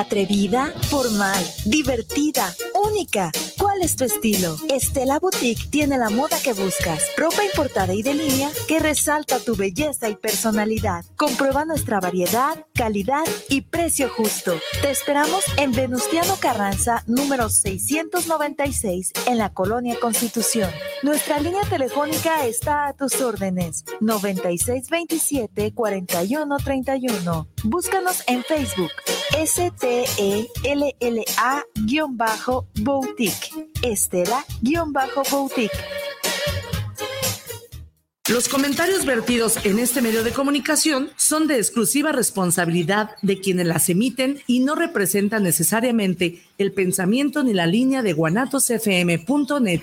Atrevida, formal, divertida, única. ¿Cuál es tu estilo? Estela Boutique tiene la moda que buscas. Ropa importada y de línea que resalta tu belleza y personalidad. Comprueba nuestra variedad, calidad y precio justo. Te esperamos en Venustiano Carranza, número 696, en la Colonia Constitución. Nuestra línea telefónica está a tus órdenes. 9627-4131. Búscanos en Facebook. STELLA-Boutique. Estela-Boutique. Los comentarios vertidos en este medio de comunicación son de exclusiva responsabilidad de quienes las emiten y no representan necesariamente el pensamiento ni la línea de guanatosfm.net.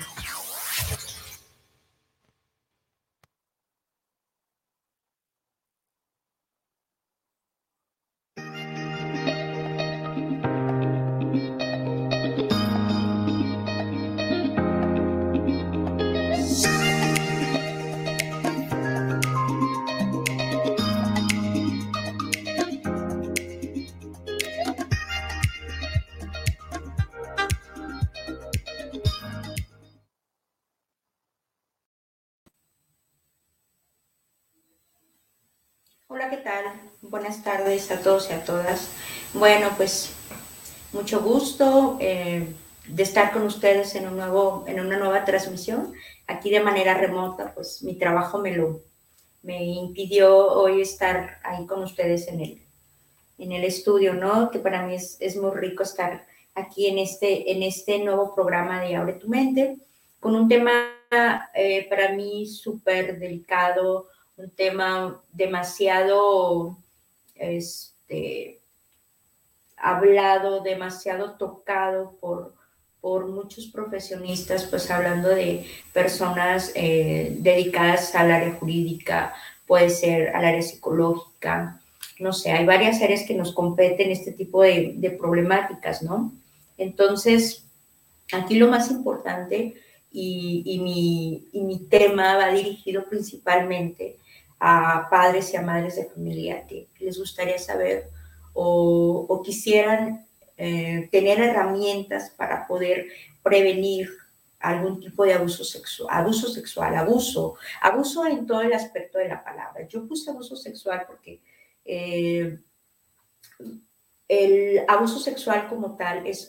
Hola, ¿qué tal? Buenas tardes a todos y a todas. Bueno, pues mucho gusto de estar con ustedes en una nueva transmisión. Aquí de manera remota, pues mi trabajo me impidió hoy estar ahí con ustedes en el estudio, ¿no? Que para mí es muy rico estar aquí en este nuevo programa de Abre tu Mente, con un tema para mí súper delicado, un tema demasiado hablado, demasiado tocado por muchos profesionistas, pues hablando de personas dedicadas al área jurídica, puede ser al área psicológica, no sé, hay varias áreas que nos competen este tipo de problemáticas, ¿no? Entonces, aquí lo más importante y mi tema va dirigido principalmente a padres y a madres de familia que les gustaría saber o quisieran tener herramientas para poder prevenir algún tipo de abuso sexual, abuso en todo el aspecto de la palabra. Yo puse abuso sexual porque el abuso sexual como tal es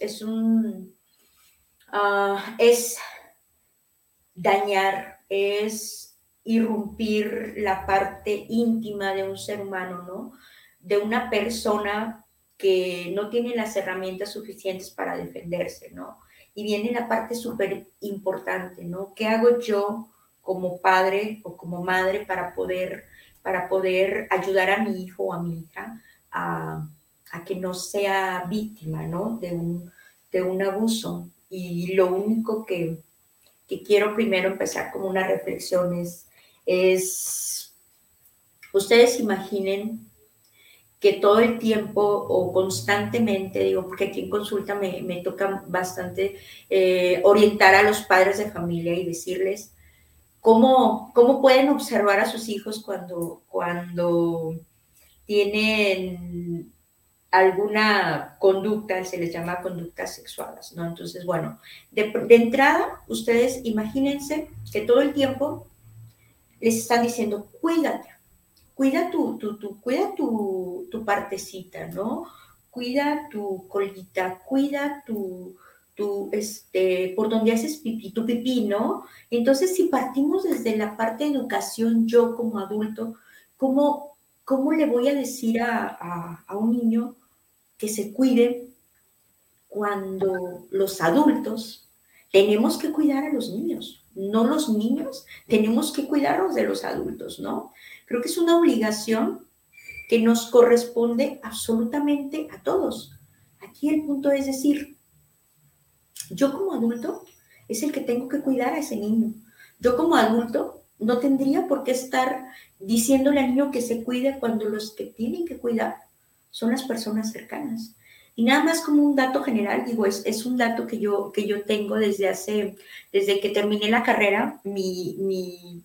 dañar, es irrumpir la parte íntima de un ser humano, ¿no? De una persona que no tiene las herramientas suficientes para defenderse, ¿no? Y viene la parte súper importante, ¿no? ¿Qué hago yo como padre o como madre para poder ayudar a mi hijo o a mi hija a que no sea víctima, ¿no? De un abuso? Y lo único que quiero primero empezar como una reflexión es ustedes imaginen que todo el tiempo o constantemente, digo, porque aquí en consulta me toca bastante orientar a los padres de familia y decirles cómo pueden observar a sus hijos cuando tienen alguna conducta, se les llama conductas sexuales, ¿no? Entonces, bueno, de entrada, ustedes imagínense que todo el tiempo les están diciendo, cuídate, cuida tu partecita, ¿no? Cuida tu colita, cuida por donde haces pipí, tu pipí, ¿no? Entonces, si partimos desde la parte de educación, yo como adulto, ¿cómo le voy a decir a un niño que se cuide cuando los adultos tenemos que cuidar a los niños? No los niños tenemos que cuidarnos de los adultos, ¿no? Creo que es una obligación que nos corresponde absolutamente a todos. Aquí el punto es decir, yo como adulto es el que tengo que cuidar a ese niño. Yo como adulto no tendría por qué estar diciéndole al niño que se cuide cuando los que tienen que cuidar son las personas cercanas. Y nada más como un dato general, digo, es un dato que yo tengo desde que terminé la carrera, mi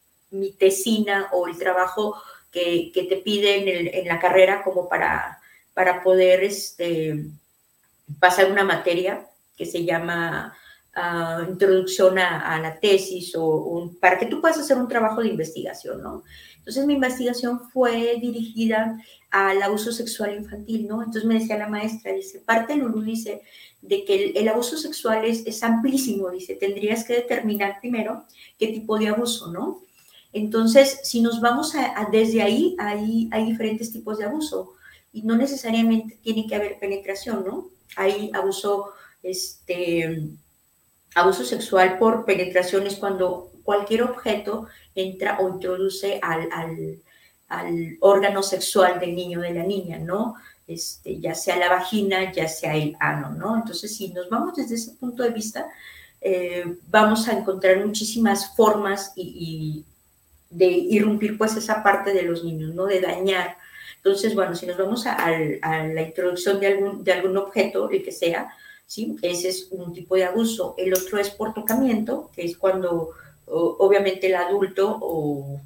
tesina o el trabajo que te piden en la carrera como para para poder pasar una materia que se llama introducción a la tesis para que tú puedas hacer un trabajo de investigación, ¿no? Entonces mi investigación fue dirigida al abuso sexual infantil, ¿no? Entonces me decía la maestra, dice, parte Lulú, dice, de que el abuso sexual es amplísimo, dice, tendrías que determinar primero qué tipo de abuso, ¿no? Entonces, si nos vamos desde ahí, hay diferentes tipos de abuso y no necesariamente tiene que haber penetración, ¿no? Hay abuso, abuso sexual por penetración es cuando cualquier objeto entra o introduce al órgano sexual del niño o de la niña, ¿no? Ya sea la vagina, ya sea el ano, ¿no? Entonces, si nos vamos desde ese punto de vista, vamos a encontrar muchísimas formas y de irrumpir pues esa parte de los niños, ¿no? De dañar. Entonces, bueno, si nos vamos a la introducción de algún objeto, el que sea, ¿sí? Ese es un tipo de abuso. El otro es por tocamiento, que es cuando obviamente el adulto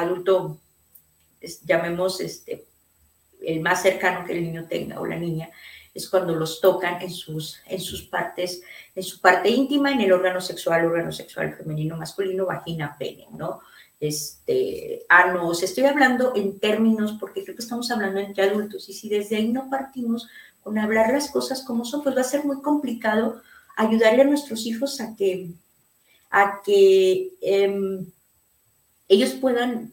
llamemos el más cercano que el niño tenga o la niña, es cuando los tocan en sus partes, en su parte íntima, en el órgano sexual femenino, masculino, vagina, pene, ¿no? Anos, estoy hablando en términos porque creo que estamos hablando entre adultos y si desde ahí no partimos con hablar las cosas como son, pues va a ser muy complicado ayudarle a nuestros hijos a que ellos puedan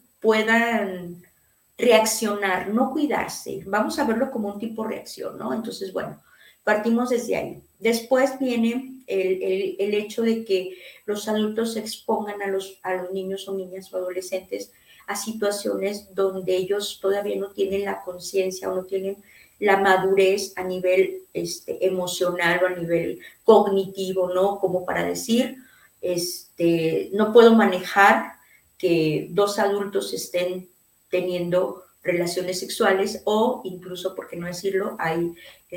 reaccionar, no cuidarse. Vamos a verlo como un tipo de reacción, ¿no? Entonces, bueno, partimos desde ahí. Después viene el hecho de que los adultos se expongan a los niños o niñas o adolescentes a situaciones donde ellos todavía no tienen la conciencia o no tienen la madurez a nivel emocional o a nivel cognitivo, ¿no? Como para decir, no puedo manejar que dos adultos estén teniendo relaciones sexuales o incluso, por qué no decirlo, hay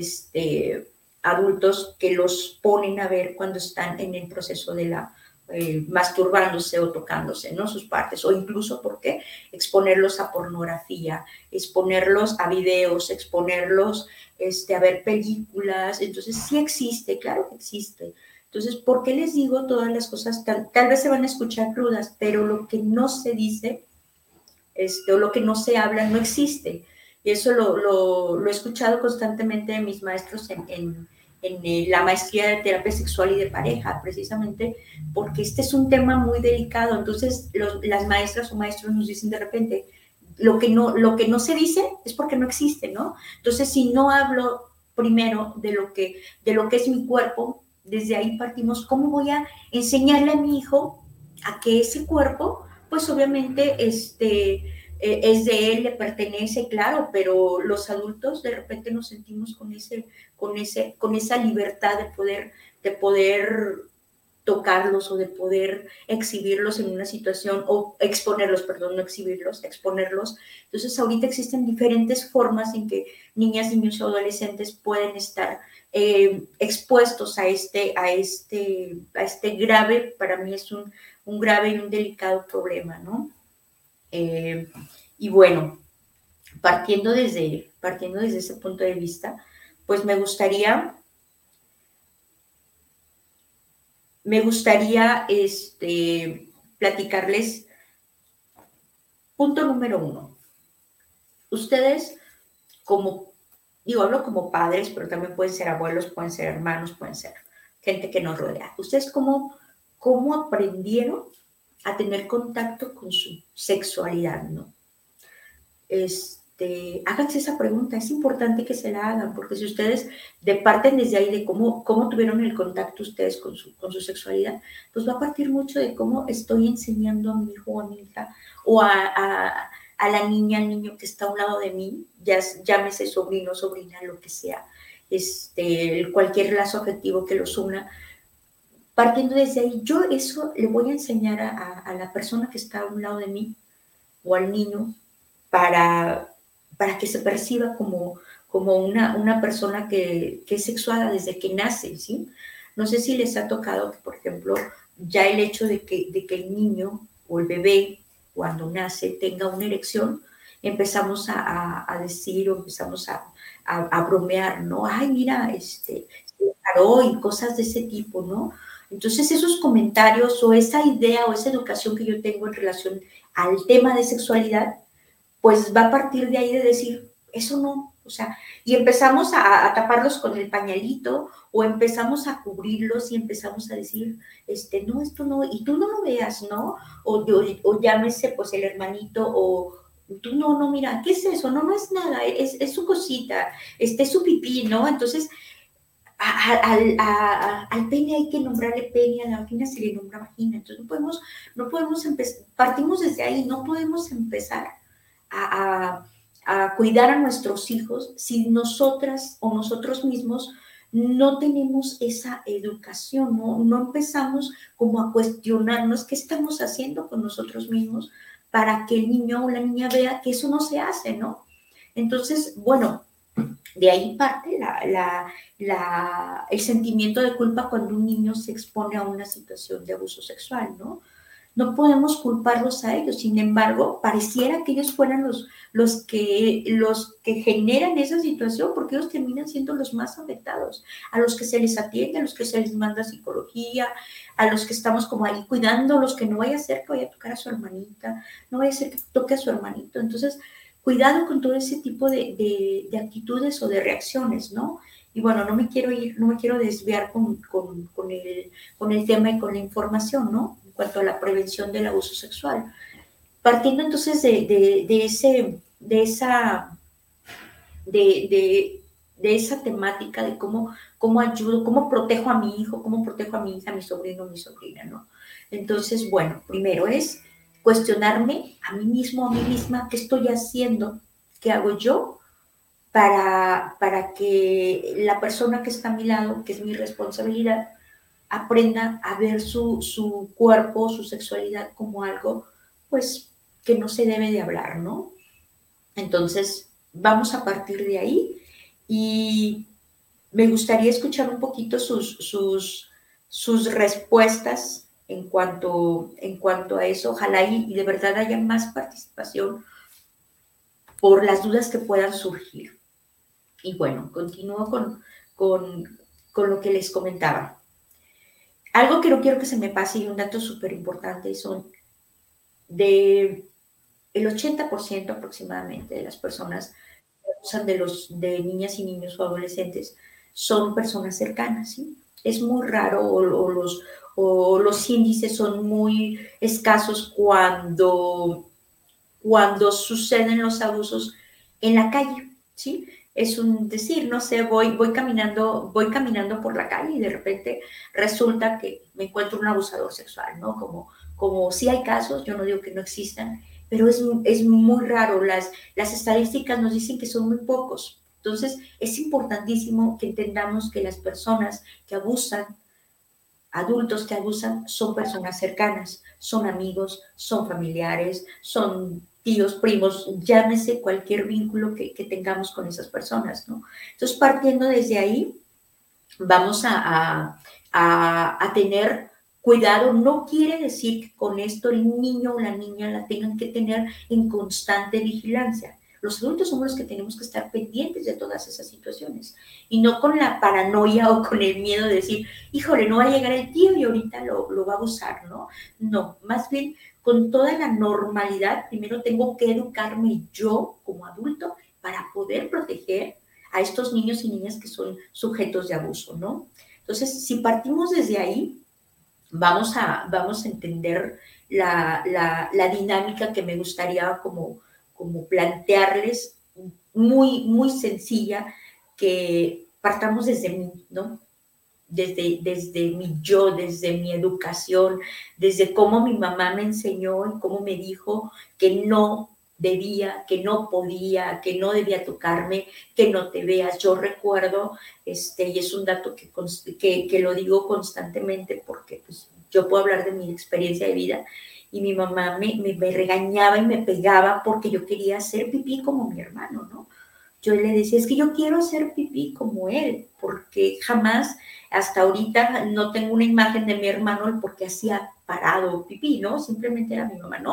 adultos que los ponen a ver cuando están en el proceso de masturbándose o tocándose, ¿no? Sus partes, o incluso, ¿por qué? Exponerlos a pornografía, exponerlos a videos, exponerlos a ver películas. Entonces, sí existe, claro que existe. Entonces, ¿por qué les digo todas las cosas? Tal vez se van a escuchar crudas, pero lo que no se dice o lo que no se habla no existe. Y eso lo he escuchado constantemente de mis maestros en la maestría de terapia sexual y de pareja, precisamente porque este es un tema muy delicado. Entonces, las maestras o maestros nos dicen de repente, lo que no se dice es porque no existe, ¿no? Entonces, si no hablo primero de lo que es mi cuerpo, desde ahí partimos, ¿cómo voy a enseñarle a mi hijo a que ese cuerpo pues obviamente es de él, le pertenece, claro, pero los adultos de repente nos sentimos con esa libertad de poder tocarlos o de poder exhibirlos en una situación o exponerlos, perdón, no exhibirlos, exponerlos. Entonces ahorita existen diferentes formas en que niñas, niños o adolescentes pueden estar expuestos a este grave, para mí es un grave y un delicado problema, ¿no? Y bueno, partiendo desde ese punto de vista, pues me gustaría platicarles punto número 1. Ustedes hablo como padres, pero también pueden ser abuelos, pueden ser hermanos, pueden ser gente que nos rodea. ¿Ustedes cómo aprendieron a tener contacto con su sexualidad, no? Háganse esa pregunta, es importante que se la hagan, porque si ustedes parten desde ahí de cómo tuvieron el contacto ustedes con su sexualidad, pues va a partir mucho de cómo estoy enseñando a mi hijo o a mi hija, o a la niña, al niño que está a un lado de mí, llámese sobrino, sobrina, lo que sea, cualquier lazo afectivo que los una. Partiendo desde ahí, yo eso le voy a enseñar a la persona que está a un lado de mí o al niño para que se perciba como una persona que es sexuada desde que nace, ¿sí? No sé si les ha tocado que, por ejemplo, ya el hecho de que el niño o el bebé cuando nace tenga una erección empezamos a decir o empezamos a bromear, ¿no? Ay, mira, se paró y cosas de ese tipo, ¿no? Entonces esos comentarios o esa idea o esa educación que yo tengo en relación al tema de sexualidad, pues va a partir de ahí de decir, eso no, o sea, y empezamos a taparlos con el pañalito o empezamos a cubrirlos y empezamos a decir, no, esto no, y tú no lo veas, ¿no? O llámese pues el hermanito o tú no, no, mira, ¿qué es eso? No, no es nada, es su cosita, es su pipí, ¿no? Entonces, al pene hay que nombrarle pene, a la vagina se le nombra vagina, entonces no podemos empezar, partimos desde ahí, no podemos empezar a, a cuidar a nuestros hijos si nosotras o nosotros mismos no tenemos esa educación, no empezamos como a cuestionarnos qué estamos haciendo con nosotros mismos para que el niño o la niña vea que eso no se hace, ¿no? Entonces, bueno, de ahí parte el sentimiento de culpa cuando un niño se expone a una situación de abuso sexual, ¿no? No podemos culparlos a ellos, sin embargo, pareciera que ellos fueran los que generan esa situación, porque ellos terminan siendo los más afectados, a los que se les atiende, a los que se les manda psicología, a los que estamos como ahí cuidándolos, que no vaya a ser que vaya a tocar a su hermanita, no vaya a ser que toque a su hermanito. Entonces, cuidado con todo ese tipo de actitudes o de reacciones, ¿no? Y bueno, no me quiero desviar con el tema y con la información, ¿no? En cuanto a la prevención del abuso sexual. Partiendo entonces de esa temática de cómo ayudo, cómo protejo a mi hijo, cómo protejo a mi hija, a mi sobrino, a mi sobrina, ¿no? Entonces, bueno, primero es cuestionarme a mí mismo, a mí misma, qué estoy haciendo, qué hago yo para que la persona que está a mi lado, que es mi responsabilidad, aprenda a ver su cuerpo, su sexualidad como algo, pues, que no se debe de hablar, ¿no? Entonces, vamos a partir de ahí y me gustaría escuchar un poquito sus respuestas en cuanto a eso. Ojalá y de verdad haya más participación por las dudas que puedan surgir. Y bueno, continúo con lo que les comentaba. Algo que no quiero que se me pase y un dato súper importante son el 80% aproximadamente de las personas que abusan de niñas y niños o adolescentes son personas cercanas, ¿sí? Es muy raro o los índices son muy escasos cuando suceden los abusos en la calle, ¿sí? Es un decir, no sé, voy caminando por la calle y de repente resulta que me encuentro un abusador sexual, ¿no? Como sí hay casos, yo no digo que no existan, pero es muy raro. Las estadísticas nos dicen que son muy pocos. Entonces, es importantísimo que entendamos que las personas que abusan, adultos que abusan, son personas cercanas, son amigos, son familiares, son tíos, primos, llámese cualquier vínculo que tengamos con esas personas, ¿no? Entonces, partiendo desde ahí, vamos a tener cuidado. No quiere decir que con esto el niño o la niña la tengan que tener en constante vigilancia. Los adultos somos los que tenemos que estar pendientes de todas esas situaciones y no con la paranoia o con el miedo de decir, híjole, no va a llegar el tío y ahorita lo va a abusar, ¿no? No, más bien con toda la normalidad, primero tengo que educarme yo como adulto para poder proteger a estos niños y niñas que son sujetos de abuso, ¿no? Entonces, si partimos desde ahí, vamos a entender la dinámica que me gustaría como plantearles, muy sencilla, que partamos desde mí, ¿no? Desde mi yo, desde mi educación, desde cómo mi mamá me enseñó y cómo me dijo que no debía, que no podía, que no debía tocarme, que no te veas. Yo recuerdo, y es un dato que lo digo constantemente porque pues, yo puedo hablar de mi experiencia de vida, y mi mamá me regañaba y me pegaba porque yo quería hacer pipí como mi hermano, ¿no? Yo le decía, es que yo quiero hacer pipí como él, porque jamás, hasta ahorita, no tengo una imagen de mi hermano porque hacía parado pipí, ¿no? Simplemente era mi mamá, ¿no?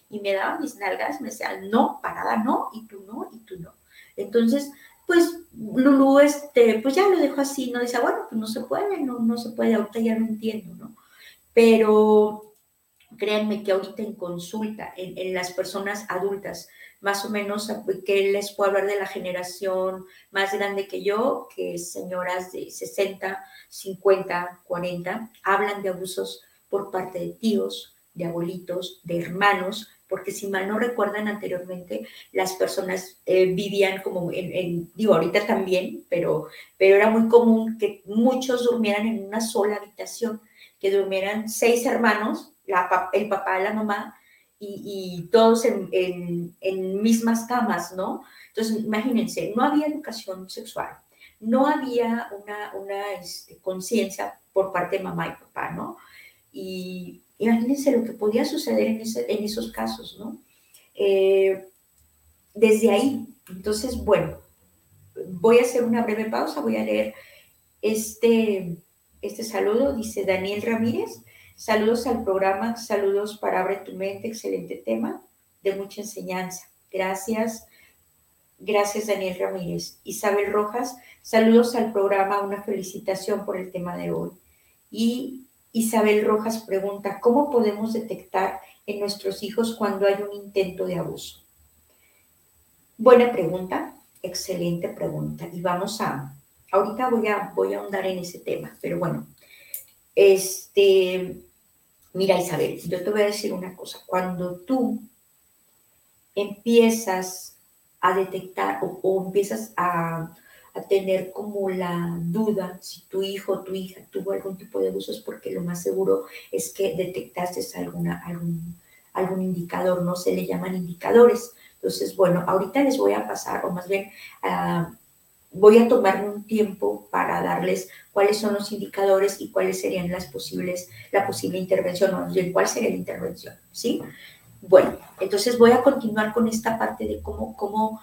y me daban mis nalgas, me decían, no, parada, no, y tú no, y tú no. Entonces, pues Lulú, pues ya lo dejó así, ¿no? Dice, bueno, pues no se puede, no se puede, ahorita ya lo entiendo, ¿no? Pero créanme que ahorita en consulta, en las personas adultas, más o menos, que les puedo hablar de la generación más grande que yo, que señoras de 60, 50, 40, hablan de abusos por parte de tíos, de abuelitos, de hermanos, porque si mal no recuerdan anteriormente, las personas vivían como digo, ahorita también, pero era muy común que muchos durmieran en una sola habitación, que durmieran 6 hermanos, el papá, la mamá, y todos en mismas camas, ¿no? Entonces, imagínense, no había educación sexual, no había una conciencia por parte de mamá y papá, ¿no? Y imagínense lo que podía suceder en esos casos, ¿no? Desde ahí, entonces, bueno, voy a hacer una breve pausa, voy a leer este saludo, dice Daniel Ramírez. Saludos al programa, saludos para Abre tu Mente, excelente tema, de mucha enseñanza. Gracias, gracias Daniel Ramírez. Isabel Rojas, saludos al programa, una felicitación por el tema de hoy. Y Isabel Rojas pregunta, ¿cómo podemos detectar en nuestros hijos cuando hay un intento de abuso? Buena pregunta, excelente pregunta. Y ahorita voy a ahondar en ese tema, pero bueno, mira Isabel, yo te voy a decir una cosa, cuando tú empiezas a detectar o empiezas a tener como la duda si tu hijo o tu hija tuvo algún tipo de abuso, es porque lo más seguro es que detectaste algún indicador, no se le llaman indicadores. Entonces, bueno, ahorita les voy a pasar, o más bien voy a tomarme un tiempo para darles cuáles son los indicadores y cuáles serían la posible intervención, o más bien cuál sería la intervención, ¿sí? Bueno, entonces voy a continuar con esta parte de cómo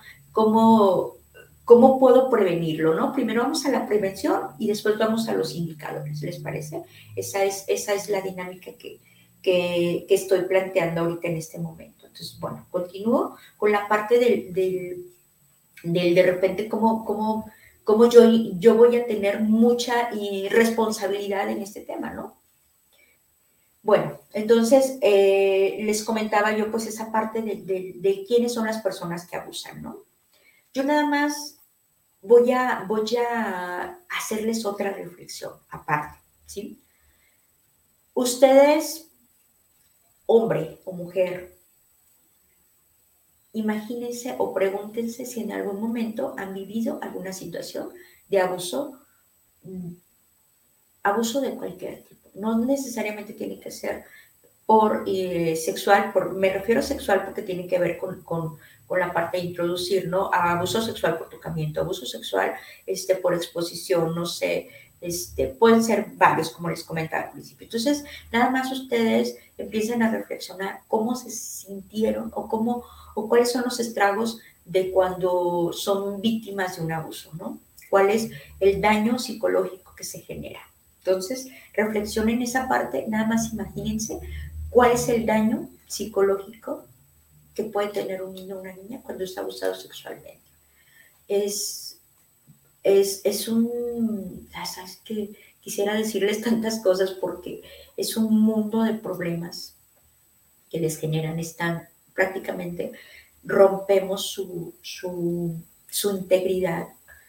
puedo prevenirlo, ¿no? Primero vamos a la prevención y después vamos a los indicadores, ¿les parece? Esa es la dinámica que estoy planteando ahorita en este momento. Entonces, bueno, continúo con la parte del de repente cómo yo voy a tener mucha responsabilidad en este tema, ¿no? Bueno, entonces les comentaba yo pues esa parte de quiénes son las personas que abusan, ¿no? Yo nada más voy a hacerles otra reflexión aparte, ¿sí? Ustedes, hombre o mujer, imagínense o pregúntense si en algún momento han vivido alguna situación de abuso de cualquier tipo. No necesariamente tiene que ser por sexual, me refiero a sexual porque tiene que ver con la parte de introducir, ¿no? A abuso sexual por tocamiento, abuso sexual por exposición, no sé, pueden ser varios, como les comentaba al principio. Entonces, nada más ustedes empiecen a reflexionar cómo se sintieron o cuáles son los estragos de cuando son víctimas de un abuso, ¿no? ¿Cuál es el daño psicológico que se genera? Entonces, reflexionen esa parte, nada más imagínense cuál es el daño psicológico que puede tener un niño o una niña cuando está abusado sexualmente. Sabes que quisiera decirles tantas cosas porque es un mundo de problemas que les generan, prácticamente rompemos su integridad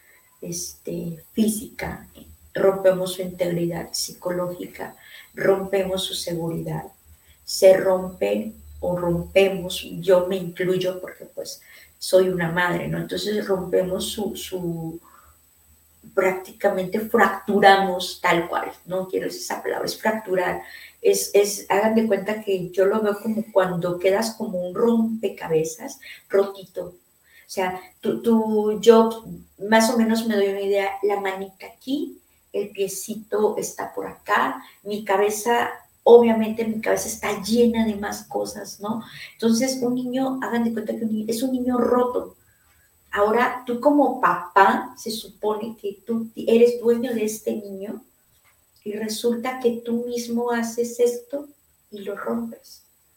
física, rompemos su integridad psicológica, rompemos su seguridad, se rompe o rompemos, yo me incluyo porque pues soy una madre, ¿no? Entonces rompemos prácticamente fracturamos tal cual, no quiero decir esa palabra, es fracturar, hagan de cuenta que yo lo veo como cuando quedas como un rompecabezas rotito. O sea, yo más o menos me doy una idea, la manita aquí, el piecito está por acá, obviamente mi cabeza está llena de más cosas, ¿no? Entonces un niño, hagan de cuenta que es un niño roto. Ahora tú como papá se supone que tú eres dueño de este niño y resulta que tú mismo haces esto y lo rompes.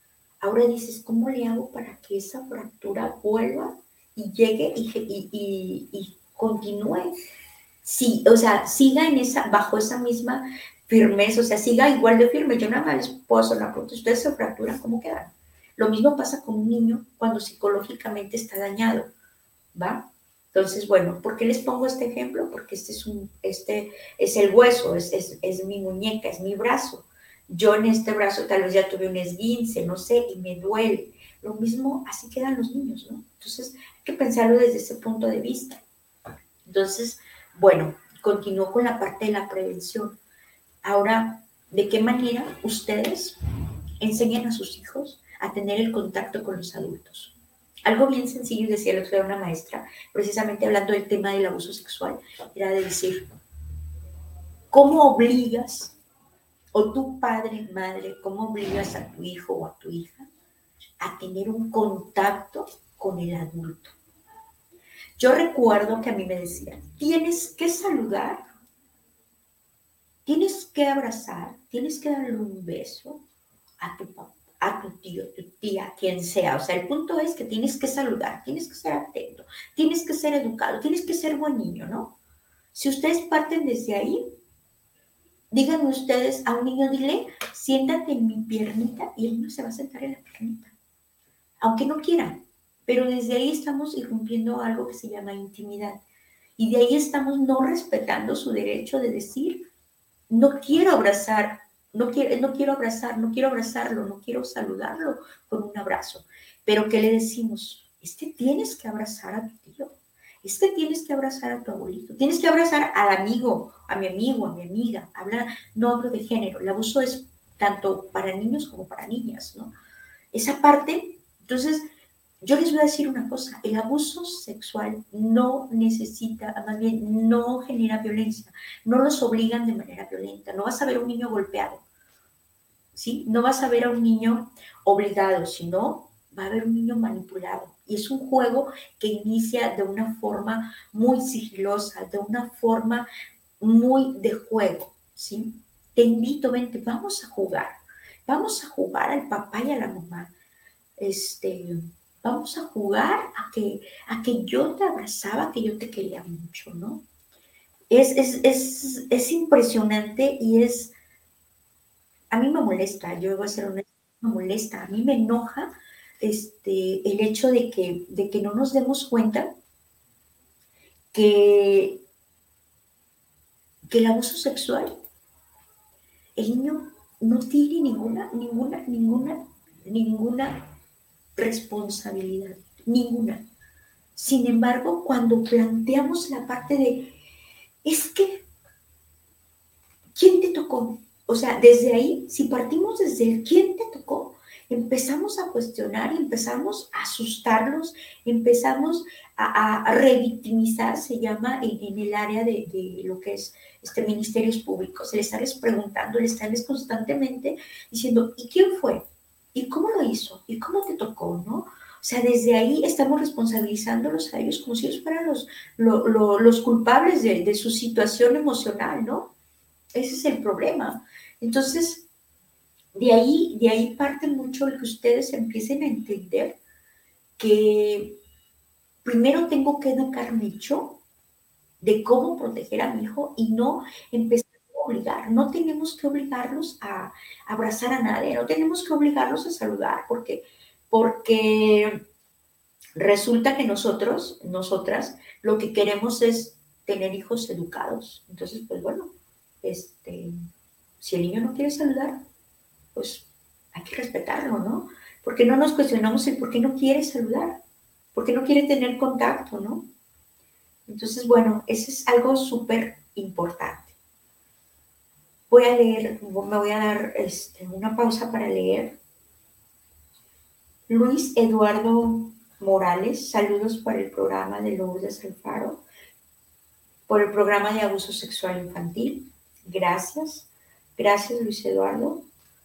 ahora dices, ¿cómo le hago para que esa fractura vuelva y llegue y continúe? Sí, o sea, siga bajo esa misma firmeza, o sea, siga igual de firme. Yo nada más les puedo hacer una pregunta, ¿ustedes se fracturan? ¿Cómo quedan? Lo mismo pasa con un niño cuando psicológicamente está dañado, ¿va? Entonces, bueno, ¿por qué les pongo este ejemplo? Porque este es el hueso, es mi muñeca, es mi brazo. Yo en este brazo tal vez ya tuve un esguince, no sé, y me duele. Lo mismo, así quedan los niños, ¿no? Entonces, hay que pensarlo desde ese punto de vista. Entonces, bueno, continúo con la parte de la prevención. Ahora, ¿de qué manera ustedes enseñan a sus hijos a tener el contacto con los adultos? Algo bien sencillo, decía el otro día una maestra, precisamente hablando del tema del abuso sexual, era de decir, ¿cómo obligas, o tu padre, madre, cómo obligas a tu hijo o a tu hija a tener un contacto con el adulto? Yo recuerdo que a mí me decían, tienes que saludar, tienes que abrazar, tienes que darle un beso a tu papá, a tu tío, tu tía, quien sea. O sea, el punto es que tienes que saludar, tienes que ser atento, tienes que ser educado, tienes que ser buen niño, ¿no? Si ustedes parten desde ahí, díganme ustedes a un niño, dile, siéntate en mi piernita, y el niño se va a sentar en la piernita, aunque no quiera. Pero desde ahí estamos irrumpiendo algo que se llama intimidad. Y de ahí estamos no respetando su derecho de decir, no quiero abrazar, no quiero abrazar, no quiero abrazarlo, no quiero saludarlo con un abrazo. Pero ¿qué le decimos? Tienes que abrazar a tu tío, tienes que abrazar a tu abuelito, tienes que abrazar al amigo, a mi amiga. No hablo de género, el abuso es tanto para niños como para niñas, ¿no? Esa parte, entonces, yo les voy a decir una cosa, el abuso sexual no necesita, más bien no genera violencia, no los obligan de manera violenta, no vas a ver a un niño golpeado, ¿sí? No vas a ver a un niño obligado, sino va a haber un niño manipulado. Y es un juego que inicia de una forma muy sigilosa, de una forma muy de juego, ¿sí? Te invito, vente, vamos a jugar al papá y a la mamá. Vamos a jugar a que yo te abrazaba, que yo te quería mucho, ¿no? Es impresionante y a mí me molesta, yo voy a ser honesta, me molesta, a mí me enoja el hecho de que no nos demos cuenta que el abuso sexual, el niño no tiene ninguna responsabilidad, ninguna. Sin embargo, cuando planteamos la parte de, es que, ¿quién te tocó? O sea, desde ahí, si partimos desde el quién te tocó, empezamos a cuestionar, empezamos a asustarlos, empezamos a revictimizar, se llama en el área de lo que es ministerios públicos. Le estarles preguntando, le estarles constantemente diciendo, ¿y quién fue? ¿Y cómo lo hizo? ¿Y cómo te tocó? ¿No? O sea, desde ahí estamos responsabilizándolos a ellos como si ellos fueran los culpables de su situación emocional, ¿no? Ese es el problema. Entonces, de ahí parte mucho el que ustedes empiecen a entender que primero tengo que educarme yo de cómo proteger a mi hijo y no empezar a obligar. No tenemos que obligarlos a abrazar a nadie, no tenemos que obligarlos a saludar, porque resulta que nosotras, lo que queremos es tener hijos educados. Entonces, pues bueno, si el niño no quiere saludar, pues hay que respetarlo, ¿no? Porque no nos cuestionamos el por qué no quiere saludar, por qué no quiere tener contacto, ¿no? Entonces, bueno, eso es algo súper importante. Voy a leer, me voy a dar una pausa para leer. Luis Eduardo Morales, saludos para el programa de Lourdes Alfaro, por el programa de abuso sexual infantil. Gracias. Gracias, Luis Eduardo.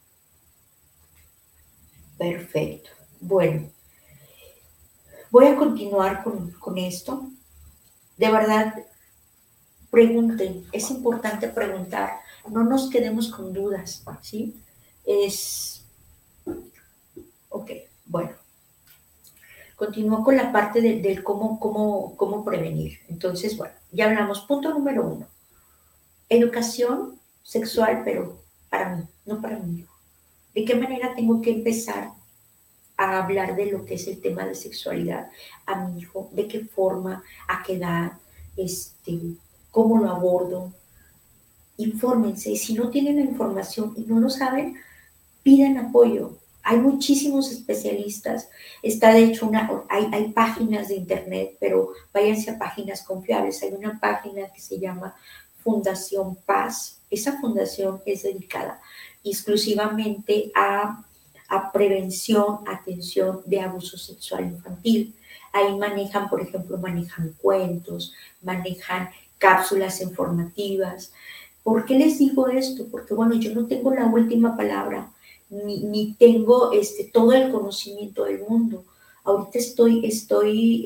Perfecto. Bueno, voy a continuar con esto. De verdad, pregunten. Es importante preguntar. No nos quedemos con dudas, ¿sí? Ok, bueno. Continúo con la parte del cómo prevenir. Entonces, bueno, ya hablamos. Punto número 1. Educación sexual, pero para mí, no para mi hijo. ¿De qué manera tengo que empezar a hablar de lo que es el tema de sexualidad a mi hijo? ¿De qué forma? ¿A qué edad? ¿Cómo lo abordo? Infórmense. Si no tienen la información y no lo saben, pidan apoyo. Hay muchísimos especialistas. Está de hecho hay páginas de internet, pero váyanse a páginas confiables. Hay una página que se llama Fundación Paz. Esa fundación es dedicada exclusivamente a prevención, atención de abuso sexual infantil. Ahí manejan, por ejemplo, manejan cuentos, manejan cápsulas informativas. ¿Por qué les digo esto? Porque, bueno, yo no tengo la última palabra, ni tengo todo el conocimiento del mundo. Ahorita estoy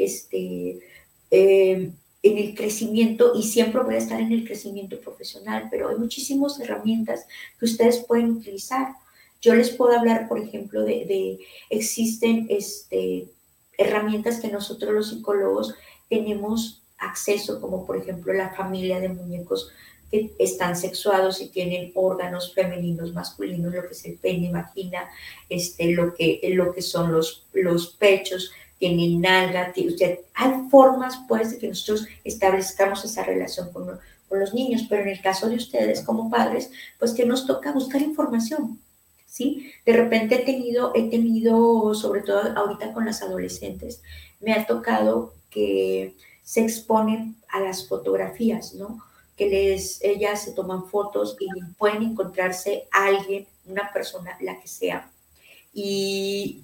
en el crecimiento y siempre voy a estar en el crecimiento profesional, pero hay muchísimas herramientas que ustedes pueden utilizar. Yo les puedo hablar, por ejemplo, existen herramientas que nosotros los psicólogos tenemos acceso, como por ejemplo la familia de muñecos que están sexuados y tienen órganos femeninos, masculinos, lo que es el pene, vagina, lo que son los pechos, tienen nalga, hay formas pues de que nosotros establezcamos esa relación con los niños, pero en el caso de ustedes como padres, pues que nos toca buscar información, ¿sí? De repente he tenido, sobre todo ahorita con las adolescentes, me ha tocado que se exponen a las fotografías, ¿no? Que ellas se toman fotos y pueden encontrarse a alguien, una persona, la que sea, y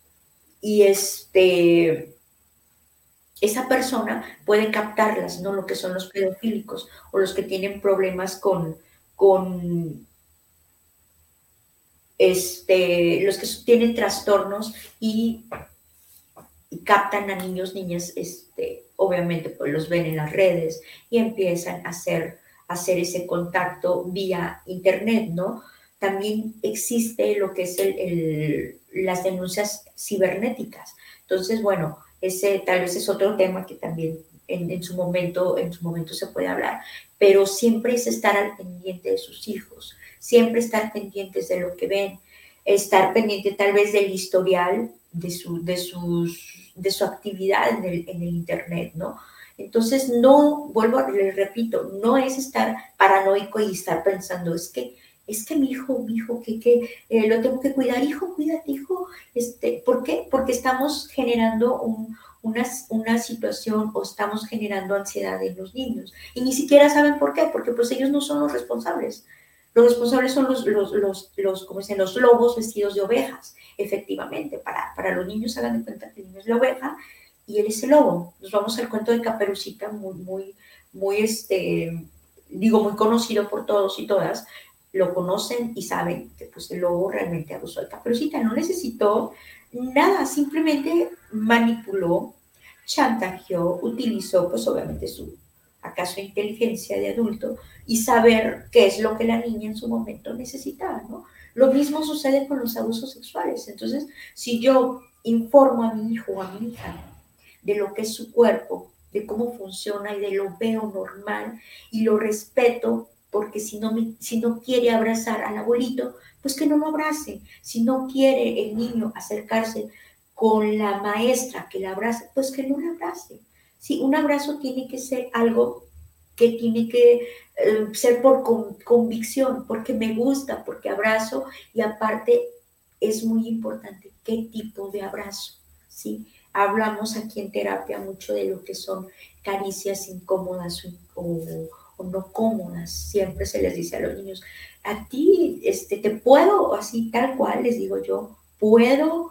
esa persona puede captarlas, ¿no? Lo que son los pedofílicos o los que tienen problemas con los que tienen trastornos y captan a niños, niñas, obviamente pues los ven en las redes y empiezan a hacer ese contacto vía internet, ¿no? También existe lo que es las denuncias cibernéticas. Entonces, bueno, ese tal vez es otro tema que también en su momento se puede hablar, pero siempre es estar al pendiente de sus hijos, siempre estar pendientes de lo que ven, estar pendiente tal vez del historial de su actividad en el Internet, ¿no? Entonces, no, les repito, no es estar paranoico y estar pensando, es que mi hijo, que lo tengo que cuidar, hijo, cuídate, hijo. ¿Por qué? Porque estamos generando una situación o estamos generando ansiedad en los niños. Y ni siquiera saben por qué, porque pues ellos no son los responsables. Los responsables son como dicen, los lobos vestidos de ovejas, efectivamente. Para los niños, hagan de cuenta que el niño es la oveja y él es el lobo. Nos vamos al cuento de Caperucita, muy muy conocido por todos y todas. Lo conocen y saben que pues el lobo realmente abusó de Caperucita. No necesitó nada, simplemente manipuló, chantajeó, utilizó pues obviamente su acaso inteligencia de adulto y saber qué es lo que la niña en su momento necesitaba, ¿no? Lo mismo sucede con los abusos sexuales. Entonces, si yo informo a mi hijo o a mi hija de lo que es su cuerpo, de cómo funciona y de lo veo normal y lo respeto, porque si no quiere abrazar al abuelito, pues que no lo abrace. Si no quiere el niño acercarse con la maestra que la abrace, pues que no la abrace. Sí, un abrazo tiene que ser algo que tiene que ser por convicción, porque me gusta, porque abrazo y aparte es muy importante qué tipo de abrazo, ¿sí? Hablamos aquí en terapia mucho de lo que son caricias incómodas o no cómodas. Siempre se les dice a los niños, a ti te puedo, así tal cual les digo yo, puedo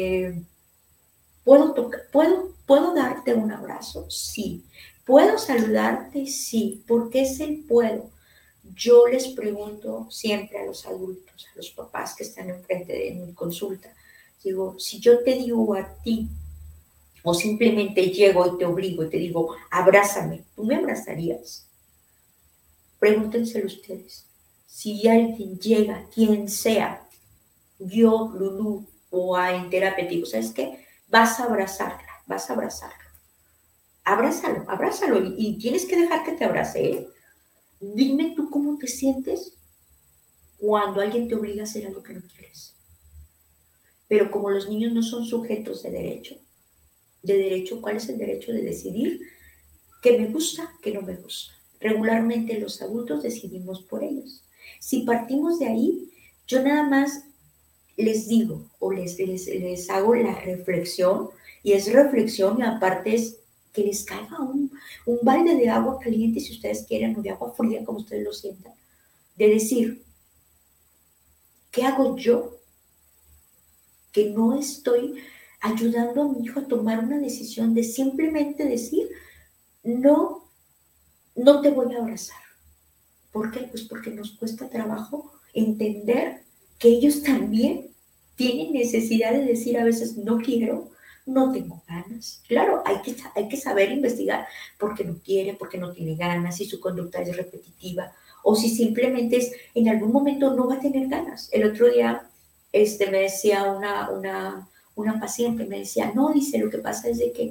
¿puedo darte un abrazo? Sí. ¿Puedo saludarte? Sí. ¿Por qué es el puedo? Yo les pregunto siempre a los adultos, a los papás que están enfrente de mi consulta, digo, si yo te digo a ti, o simplemente llego y te obligo y te digo, abrázame, ¿tú me abrazarías? Pregúntenselo ustedes. Si alguien llega, quien sea, yo, Lulú, o en terapia, te digo, ¿sabes qué? Vas a abrazarla, vas a abrazarlo. Abrázalo, abrázalo y tienes que dejar que te abrace, ¿eh? Dime tú cómo te sientes cuando alguien te obliga a hacer algo que no quieres. Pero como los niños no son sujetos de derecho, ¿cuál es el derecho de decidir qué me gusta, qué no me gusta? Regularmente los adultos decidimos por ellos. Si partimos de ahí, yo nada más les digo o les hago la reflexión, y es reflexión y aparte es que les caiga un balde de agua caliente si ustedes quieren, o de agua fría como ustedes lo sientan, de decir, ¿qué hago yo que no estoy ayudando a mi hijo a tomar una decisión de simplemente decir, no, no te voy a abrazar? ¿Por qué? Pues porque nos cuesta trabajo entender que ellos también tienen necesidad de decir a veces no quiero, no tengo ganas. Claro, hay que saber investigar por qué no quiere, por qué no tiene ganas, si su conducta es repetitiva o si simplemente es en algún momento no va a tener ganas. El otro día me decía una paciente, me decía, no, dice, lo que pasa es de que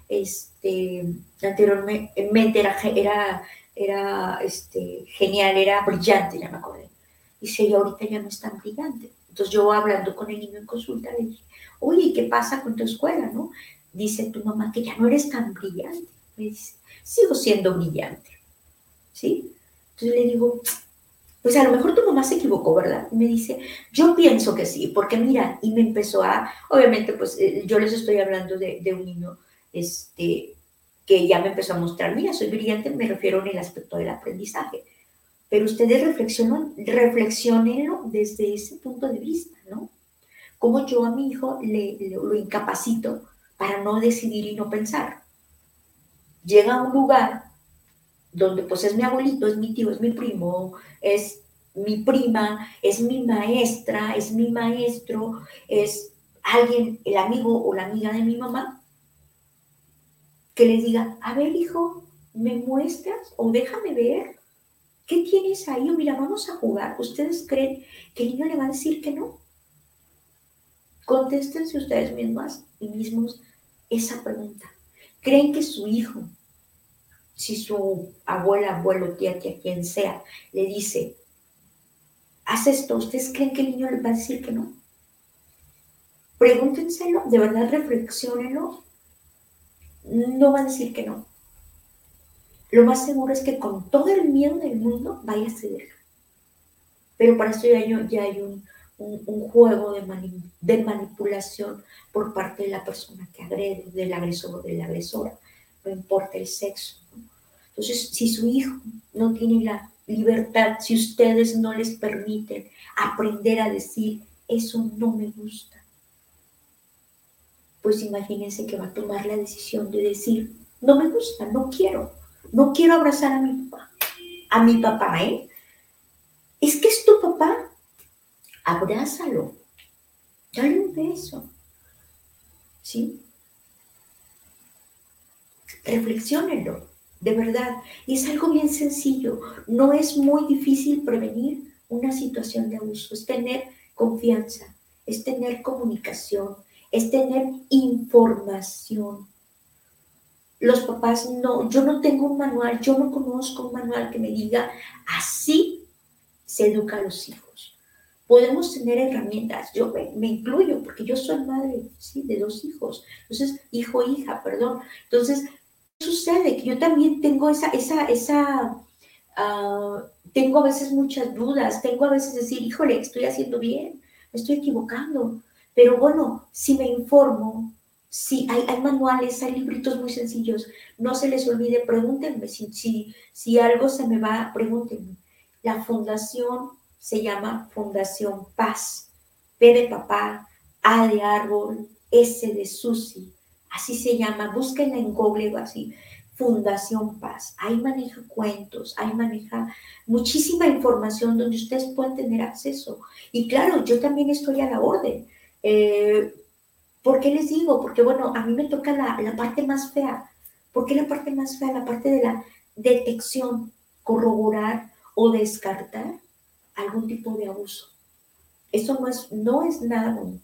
anteriormente era genial, era brillante, ya me acordé. Dice, y ahorita ya no es tan brillante. Entonces yo hablando con el niño en consulta le dije, oye, ¿qué pasa con tu escuela, no? Dice tu mamá que ya no eres tan brillante. Me dice, sigo siendo brillante, ¿sí? Entonces le digo, pues a lo mejor tu mamá se equivocó, ¿verdad? Y me dice, yo pienso que sí, porque mira, y me empezó obviamente, pues yo les estoy hablando de un niño, que ya me empezó a mostrar, mira, soy brillante, me refiero en el aspecto del aprendizaje. Pero ustedes reflexionenlo desde ese punto de vista, ¿no? Cómo yo a mi hijo lo incapacito para no decidir y no pensar. Llega a un lugar donde pues es mi abuelito, es mi tío, es mi primo, es mi prima, es mi maestra, es mi maestro, es alguien, el amigo o la amiga de mi mamá, que les diga, a ver hijo, ¿me muestras o déjame ver? ¿Qué tienes ahí? O mira, vamos a jugar. ¿Ustedes creen que el niño le va a decir que no? Contéstense ustedes mismas y mismos esa pregunta. ¿Creen que su hijo, si su abuela, abuelo, tía, quien sea, le dice, haz esto, ¿ustedes creen que el niño le va a decir que no? Pregúntenselo, de verdad reflexionenlo. No va a decir que no. Lo más seguro es que con todo el miedo del mundo vaya a ceder. Pero para eso ya hay un juego de manipulación por parte de la persona que agrede, del agresor o de la agresora, no importa el sexo, ¿no? Entonces, si su hijo no tiene la libertad, si ustedes no les permiten aprender a decir, eso no me gusta, pues imagínense que va a tomar la decisión de decir, no me gusta, no quiero abrazar a mi papá, ¿eh? Es que es tu papá, abrázalo, dale un beso, ¿sí? Reflexiónenlo, de verdad. Y es algo bien sencillo, no es muy difícil prevenir una situación de abuso, es tener confianza, es tener comunicación, es tener información. Los papás no, yo no tengo un manual, yo no conozco un manual que me diga así se educa a los hijos. Podemos tener herramientas, yo me incluyo porque yo soy madre, ¿sí? De 2 hijos, entonces, hija, perdón. Entonces, ¿qué sucede? Que yo también tengo tengo a veces muchas dudas, tengo a veces decir, híjole, estoy haciendo bien, me estoy equivocando, pero bueno, si me informo, si hay manuales, hay libritos muy sencillos, no se les olvide, pregúntenme, si algo se me va, pregúntenme. La fundación se llama Fundación Paz, P de papá, A de árbol, S de Susi, así se llama, búsquenla en Google o así, Fundación Paz. Ahí maneja cuentos, ahí maneja muchísima información donde ustedes pueden tener acceso. Y claro, yo también estoy a la orden. ¿Por qué les digo? Porque bueno, a mí me toca la parte más fea. ¿Por qué la parte más fea? La parte de la detección, corroborar o descartar algún tipo de abuso. Eso no es nada bonito,